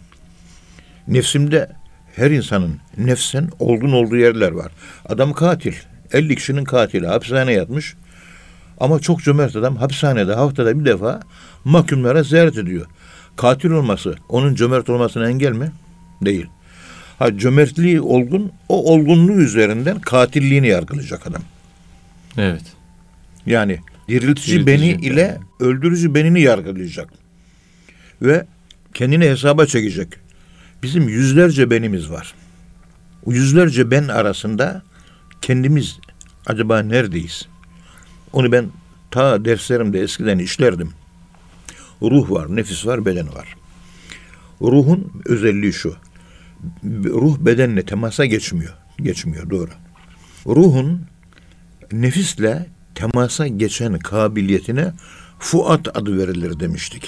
Nefsimde her insanın nefsen olgun olduğu yerler var. Adam katil. 50 kişinin katili. Hapishaneye yatmış. Ama çok cömert adam. Hapishanede haftada bir defa mahkumlara ziyaret ediyor. Katil olması onun cömert olmasına engel mi? Değil. Ha, cömertliği olgun, o olgunluğu üzerinden katilliğini yargılayacak adam. Evet. Yani diriltici beni ile öldürücü benini yargılayacak. Ve kendini hesaba çekecek. Bizim yüzlerce benimiz var. O yüzlerce ben arasında kendimiz acaba neredeyiz? Onu ben ta derslerimde eskiden işlerdim. Ruh var, nefis var, beden var. Ruhun özelliği şu. Ruh bedenle temasa geçmiyor. Geçmiyor, doğru. Ruhun nefisle temasa geçen kabiliyetine fuat adı verilir demiştik.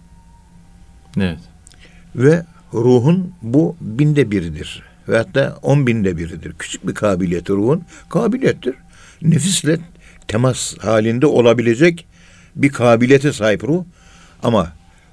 Evet. Ve ruhun bu 1/1000'idir. Ve hatta 10.000'de 1'idir. Küçük bir kabiliyeti ruhun. Kabiliyettir. Nefisle temas halinde olabilecek bir kabiliyete sahip ruh. Ama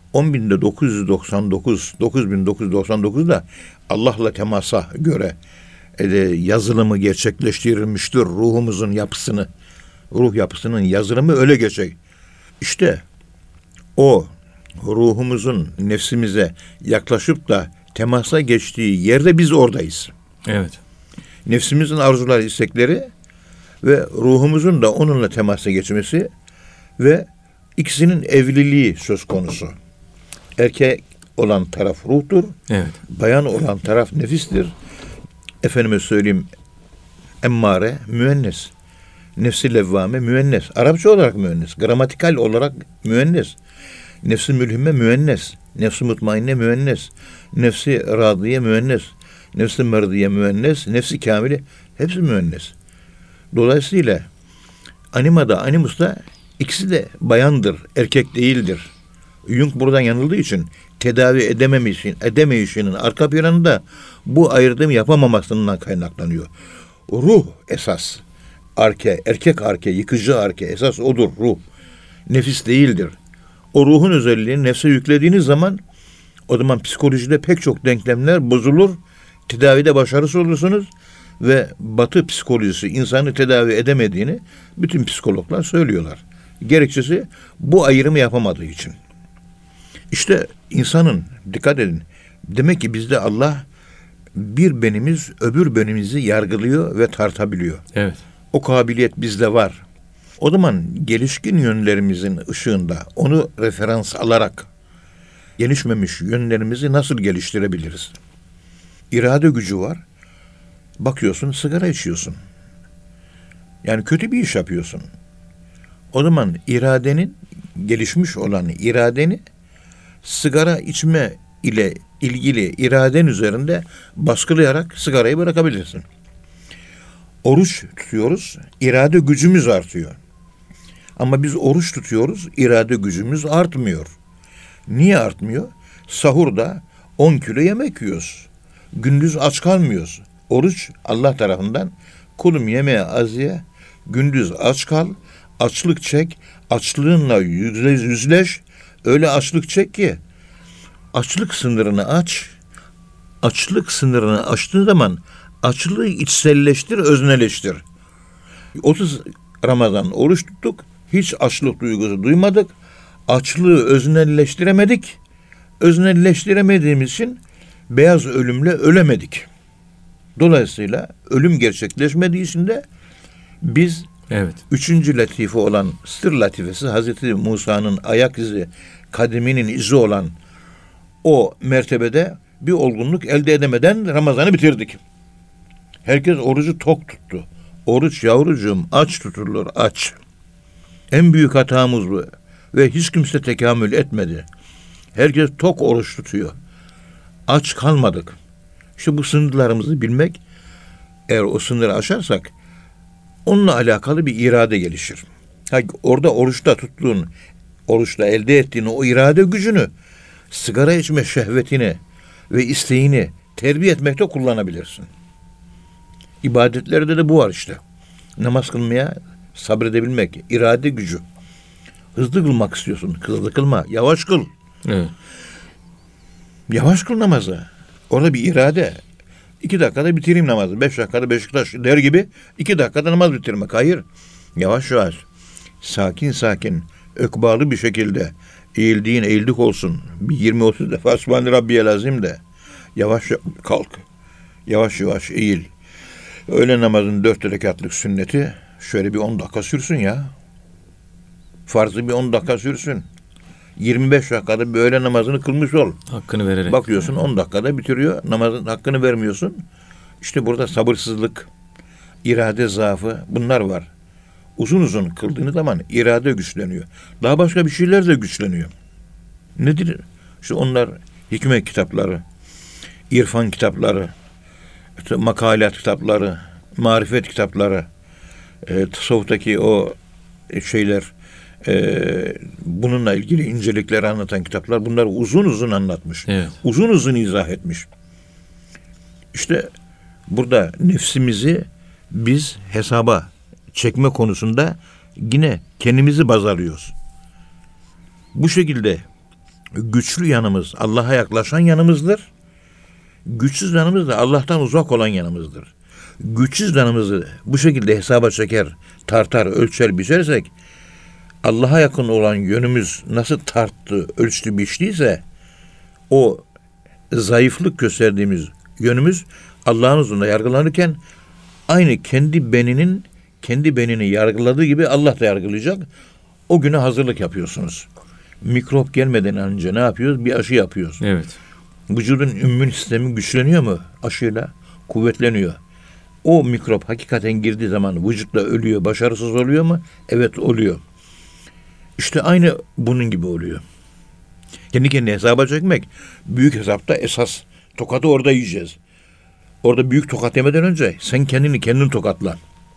10.999, 9.999'da Allah'la temasa göre yazılımı gerçekleştirilmiştir. Ruhumuzun yapısını, ruh yapısının yazılımı öyle gerçek. İşte o ruhumuzun nefsimize yaklaşıp da temasa geçtiği yerde biz oradayız. Evet. Nefsimizin arzuları, istekleri ve ruhumuzun da onunla temasa geçmesi ve ikisinin evliliği söz konusu. Erkek olan taraf ruhtur. Evet. Bayan olan taraf nefistir. Efendime söyleyeyim emmare müennes. Nefsi levvame müennes. Arapça olarak müennes. Gramatikal olarak müennes. Nefsi mülhimme müennes. Nefsi mutmainne müennes. Nefsi radiye müennes. Nefsi merdiye müennes. Nefsi kamile hepsi müennes. Dolayısıyla animada, animusta ikisi de bayandır. Erkek değildir. Jung buradan yanıldığı için tedavi edemeyişinin arka planında bu ayrımı yapamamasından kaynaklanıyor. Ruh esas. Erkek arke, yıkıcı arke esas odur ruh. Nefis değildir. O ruhun özelliğini nefse yüklediğiniz zaman o zaman psikolojide pek çok denklemler bozulur. Tedavide başarısız olursunuz ve Batı psikolojisi insanı tedavi edemediğini bütün psikologlar söylüyorlar. Gerekçesi bu ayrımı yapamadığı için. İşte insanın, dikkat edin, demek ki bizde Allah bir benimiz öbür benimizi yargılıyor ve tartabiliyor. Evet. O kabiliyet bizde var. O zaman gelişkin yönlerimizin ışığında onu referans alarak gelişmemiş yönlerimizi nasıl geliştirebiliriz? İrade gücü var. Bakıyorsun sigara içiyorsun. Yani kötü bir iş yapıyorsun. O zaman iradenin, gelişmiş olan iradeni sigara içme ile ilgili iraden üzerinde baskılayarak sigarayı bırakabilirsin. Oruç tutuyoruz, irade gücümüz artıyor. Ama biz oruç tutuyoruz, irade gücümüz artmıyor. Niye artmıyor? Sahurda 10 kilo yemek yiyoruz. Gündüz aç kalmıyoruz. Oruç Allah tarafından kulum yemeğe az ye, gündüz aç kal, açlık çek, açlığınla yüzleş, öyle açlık çek ki açlık sınırını aç. Açlık sınırını aştığın zaman açlığı içselleştir, özneleştir. 30 Ramazan oruç tuttuk. Hiç açlık duygusu duymadık. Açlığı öznelleştiremedik. öznelleştiremediğimiz için beyaz ölümle ölemedik. Dolayısıyla ölüm gerçekleşmediği için de biz Evet. 3. latife olan sır latifesi Hazreti Musa'nın ayak izi, kademinin izi olan o mertebede bir olgunluk elde edemeden Ramazan'ı bitirdik. Herkes orucu tok tuttu. Oruç yavrucuğum aç tutulur, aç. En büyük hatamız bu. Ve hiç kimse tekamül etmedi. Herkes tok oruç tutuyor. Aç kalmadık. İşte bu sınırlarımızı bilmek, eğer o sınırı aşarsak onunla alakalı bir irade gelişir. Orada oruçta tuttuğun, oruçla elde ettiğin o irade gücünü sigara içme şehvetini ve isteğini terbiye etmekte kullanabilirsin. İbadetlerde de bu var işte. Namaz kılmaya sabredebilmek, irade gücü. Hızlı kılmak istiyorsun. Hızlı kılma. Yavaş kıl. Evet. Yavaş kıl namazı. Orada bir irade. 2 dakikada bitireyim namazı. 5 dakikada Beşiktaş der gibi 2 dakikada namaz bitirmek. Hayır. Yavaş yavaş. Sakin sakin. Ökbalı bir şekilde eğildiğin eğildik olsun. Bir 20-30 defa Sübhane Rabbiyel Azim de. Yavaş kalk. Yavaş yavaş eğil. Öğle namazın 4 rekatlık sünneti şöyle bir 10 dakika sürsün ya. Farzı bir 10 dakika sürsün. 25 dakikada bir öğle namazını kılmış ol. Hakkını vererek. Bakıyorsun 10 dakikada bitiriyor. Namazın hakkını vermiyorsun. İşte burada sabırsızlık, irade zaafı bunlar var. Uzun uzun kıldığınız zaman irade güçleniyor. Daha başka bir şeyler de güçleniyor. Nedir? İşte onlar hikmet kitapları, irfan kitapları, işte makalat kitapları, marifet kitapları, tasavvuftaki o şeyler, bununla ilgili incelikleri anlatan kitaplar, bunları uzun uzun anlatmış. Evet. Uzun uzun izah etmiş. İşte burada nefsimizi biz hesaba çekme konusunda yine kendimizi baz alıyoruz. Bu şekilde güçlü yanımız Allah'a yaklaşan yanımızdır. Güçsüz yanımız da Allah'tan uzak olan yanımızdır. Güçsüz yanımızı bu şekilde hesaba çeker, tartar, ölçer, biçersek Allah'a yakın olan yönümüz nasıl tarttı, ölçtü, biçtiyse o zayıflık gösterdiğimiz yönümüz Allah'ın huzurunda yargılanırken aynı kendi benini yargıladığı gibi Allah da yargılayacak. O güne hazırlık yapıyorsunuz. Mikrop gelmeden önce ne yapıyoruz? Bir aşı yapıyoruz. Evet. Vücudun immün sistemi güçleniyor mu? Aşıyla kuvvetleniyor. O mikrop hakikaten girdiği zaman vücutta ölüyor, başarısız oluyor mu? Evet oluyor. İşte aynı bunun gibi oluyor. Kendi kendine hesaba çekmek. Büyük hesapta esas tokadı orada yiyeceğiz. Orada büyük tokat yemeden önce sen kendin tokatla.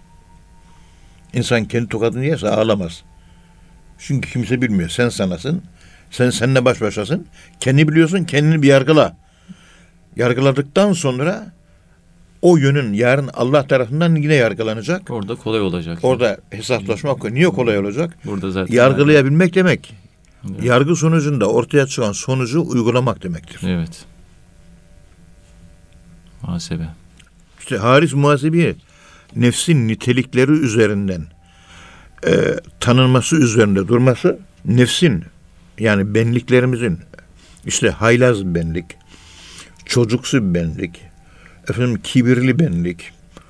İnsan kendi tokadını yerse ağlamaz. Çünkü kimse bilmiyor. Sen sanasın. Sen seninle baş başasın. Kendi biliyorsun. Kendini bir yargıla. Yargıladıktan sonra o yönün yarın Allah tarafından yine yargılanacak. Orada kolay olacak. Orada hesaplaşmak niye kolay olacak? Burada zaten Yargılayabilmek demek. Evet. Yargı sonucunda ortaya çıkan sonucu uygulamak demektir. Evet. Muhasebe. İşte Haris Muhasebi nefsin nitelikleri üzerinden tanınması üzerinde durması, nefsin yani benliklerimizin işte haylaz benlik, çocuksu benlik, kibirli benlik,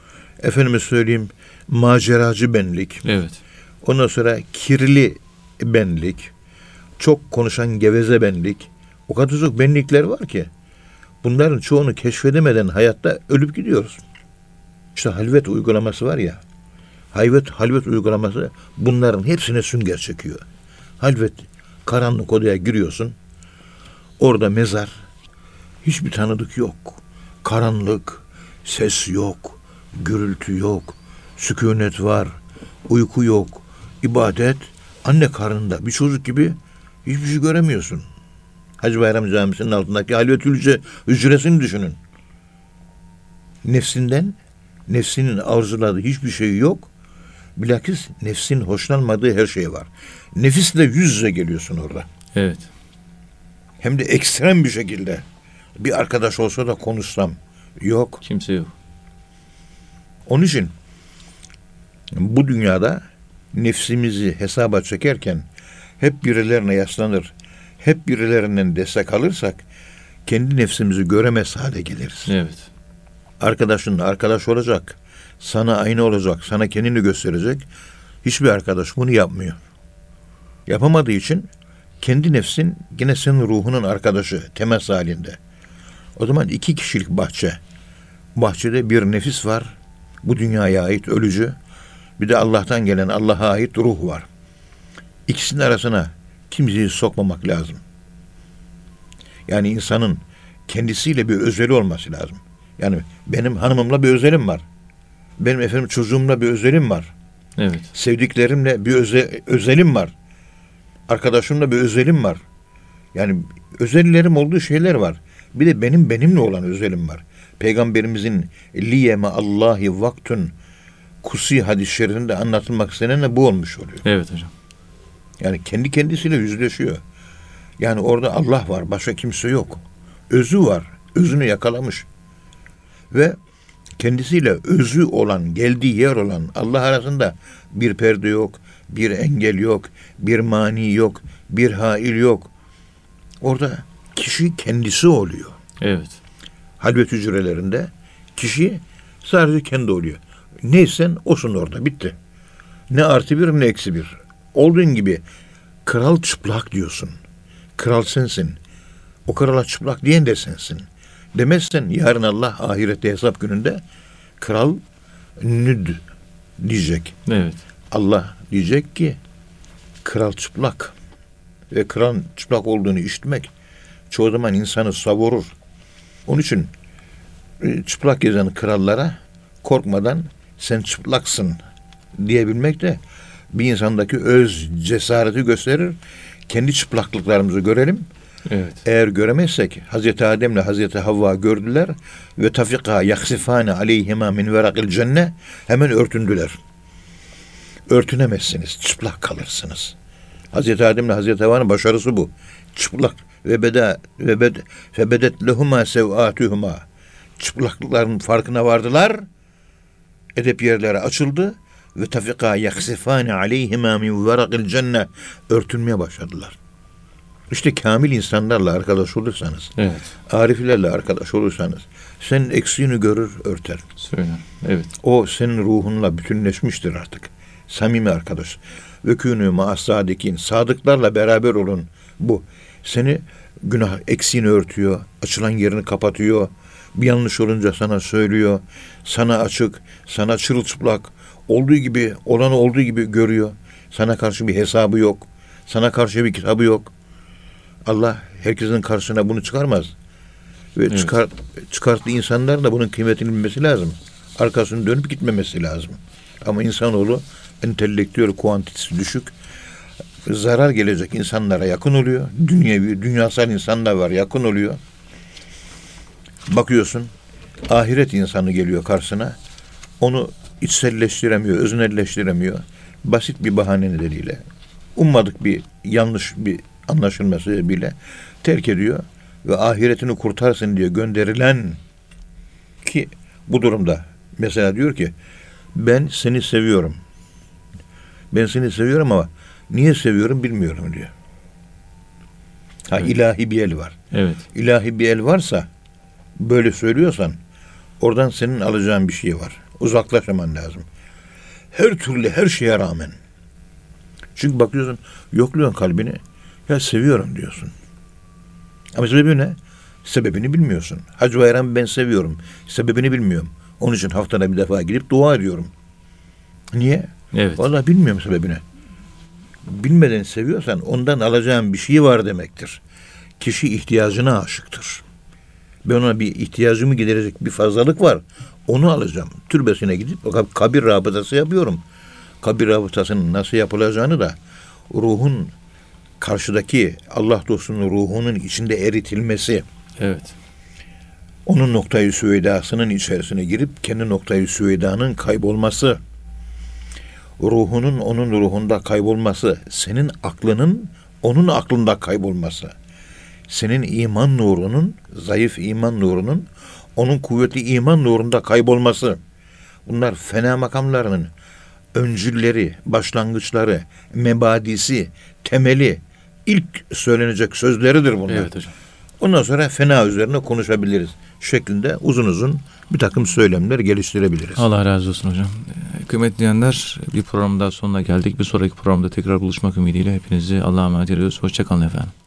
maceracı benlik, Evet. ondan sonra kirli benlik, çok konuşan geveze benlik, o kadar çok benlikler var ki bunların çoğunu keşfedemeden hayatta ölüp gidiyoruz. İşte halvet uygulaması var ya, halvet uygulaması bunların hepsine sünger çekiyor. Halvet, karanlık odaya giriyorsun, orada mezar, hiçbir tanıdık yok. Karanlık, ses yok, gürültü yok, sükunet var, uyku yok, ibadet, anne karnında bir çocuk gibi hiçbir şey göremiyorsun. Hacı Bayram Camisi'nin altındaki halvet hücresini düşünün. Nefsinin arzuladığı hiçbir şey yok. Bilakis nefsin hoşlanmadığı her şey var. Nefisle yüz yüze geliyorsun orada. Evet. Hem de ekstrem bir şekilde. Bir arkadaş olsa da konuşsam. Yok. Kimse yok. Onun için bu dünyada nefsimizi hesaba çekerken hep birilerine yaslanır, hep birilerinden destek alırsak kendi nefsimizi göremez hale geliriz. Evet. Arkadaşın arkadaş olacak, sana aynı olacak, sana kendini gösterecek. Hiçbir arkadaş bunu yapmıyor. Yapamadığı için kendi nefsin yine senin ruhunun arkadaşı, temas halinde. O zaman 2 kişilik bahçe. Bahçede bir nefis var, bu dünyaya ait ölücü. Bir de Allah'tan gelen, Allah'a ait ruh var. İkisinin arasına kimseyi sokmamak lazım. Yani insanın kendisiyle bir özeli olması lazım. Yani benim hanımımla bir özelim var. Benim efendim çocuğumla bir özelim var. Evet. Sevdiklerimle bir özelim var. Arkadaşımla bir özelim var. Yani özellerim olduğu şeyler var. Bir de benimle olan özelim var. Peygamberimizin liyeme Allahi vaktun kusi hadis-i şerifinde anlatılmak istenen de bu olmuş oluyor. Evet hocam. Yani kendi kendisiyle yüzleşiyor. Yani orada Allah var, başka kimse yok. Özü var, özünü yakalamış. Ve kendisiyle özü olan, geldiği yer olan Allah arasında bir perde yok, bir engel yok, bir mani yok, bir hail yok. Orada kişi kendisi oluyor. Evet. Halvet hücrelerinde kişi sadece kendi oluyor. Neysen osun orada, bitti. Ne artı bir ne eksi bir. Olduğun gibi kral çıplak diyorsun. Kral sensin. O krala çıplak diyen de sensin. Demezsen yarın Allah ahirette hesap gününde kral nüd diyecek. Evet. Allah diyecek ki kral çıplak. Ve kralın çıplak olduğunu işitmek çoğu zaman insanı savurur. Onun için çıplak gezen krallara korkmadan sen çıplaksın diyebilmek de bir insandaki öz cesareti gösterir. Kendi çıplaklıklarımızı görelim. Evet. Eğer göremezsek Hazreti Adem'le Hazreti Havva gördüler ve tafika yaksifane aleyhima min verakil cenne, hemen örtündüler. Örtünemezsiniz, çıplak kalırsınız. Hazreti Adem'le Hazreti Havva'nın başarısı bu. Çıplak ve bedet lehuma sevatuhuma. Çıplaklıkların farkına vardılar. Edep yerleri açıldı ve tafika yaksifane aleyhima min verakil cenne, örtünmeye başladılar. İşte kamil insanlarla arkadaş olursanız, Evet. ariflerle arkadaş olursanız, senin eksiğini görür, örter. Söyler. Evet. O senin ruhunla bütünleşmiştir artık. Samimi arkadaş. Vekûnû ma'as-sâdikin. Sadıklarla beraber olun. Bu seni günah eksiğini örtüyor, açılan yerini kapatıyor. Bir yanlış olunca sana söylüyor. Sana açık, sana çırılçıplak, olduğu gibi, olanı olduğu gibi görüyor. Sana karşı bir hesabı yok. Sana karşı bir kitabı yok. Allah herkesin karşısına bunu çıkarmaz. Ve Evet. Çıkarttığı insanlar da bunun kıymetini bilmesi lazım. Arkasını dönüp gitmemesi lazım. Ama insanoğlu entelektüel kuantitesi düşük. Zarar gelecek insanlara yakın oluyor. Dünyasal insanlar var, yakın oluyor. Bakıyorsun, ahiret insanı geliyor karşısına. Onu içselleştiremiyor, öznelleştiremiyor. Basit bir bahane nedeniyle, ummadık bir yanlış bir anlaşılması bile terk ediyor ve ahiretini kurtarsın diye gönderilen, ki bu durumda mesela diyor ki ben seni seviyorum. Ben seni seviyorum ama niye seviyorum bilmiyorum diyor. Evet. İlahi bir el var. Evet. İlahi bir el varsa, böyle söylüyorsan, oradan senin alacağın bir şey var. Uzaklaşman lazım. Her türlü her şeye rağmen. Çünkü bakıyorsun, yokluyorsun kalbini. Ya seviyorum diyorsun. Ama sebebi ne? Sebebini bilmiyorsun. Hacı Bayram'ı ben seviyorum. Sebebini bilmiyorum. Onun için haftada bir defa gidip dua ediyorum. Niye? Evet. Vallahi bilmiyorum sebebini. Bilmeden seviyorsan ondan alacağın bir şey var demektir. Kişi ihtiyacına aşıktır. Ben ona bir ihtiyacımı giderecek bir fazlalık var. Onu alacağım. Türbesine gidip kabir rabıtası yapıyorum. Kabir rabıtasının nasıl yapılacağını da ruhun karşıdaki Allah dostunun ruhunun içinde eritilmesi, Evet. onun noktayı süveydasının içerisine girip kendi noktayı süveydanın kaybolması, ruhunun onun ruhunda kaybolması, senin aklının onun aklında kaybolması, senin iman nurunun, zayıf iman nurunun onun kuvvetli iman nurunda kaybolması. Bunlar fena makamlarının öncülleri, başlangıçları, mebadisi, temeli, ilk söylenecek sözleridir bunlar. Evet hocam. Ondan sonra fena üzerine konuşabiliriz şeklinde uzun uzun bir takım söylemler geliştirebiliriz. Allah razı olsun hocam. Kıymetli dinleyenler, bir programın daha sonuna geldik. Bir sonraki programda tekrar buluşmak ümidiyle hepinizi Allah'a emanet ediyoruz. Hoşça kalın efendim.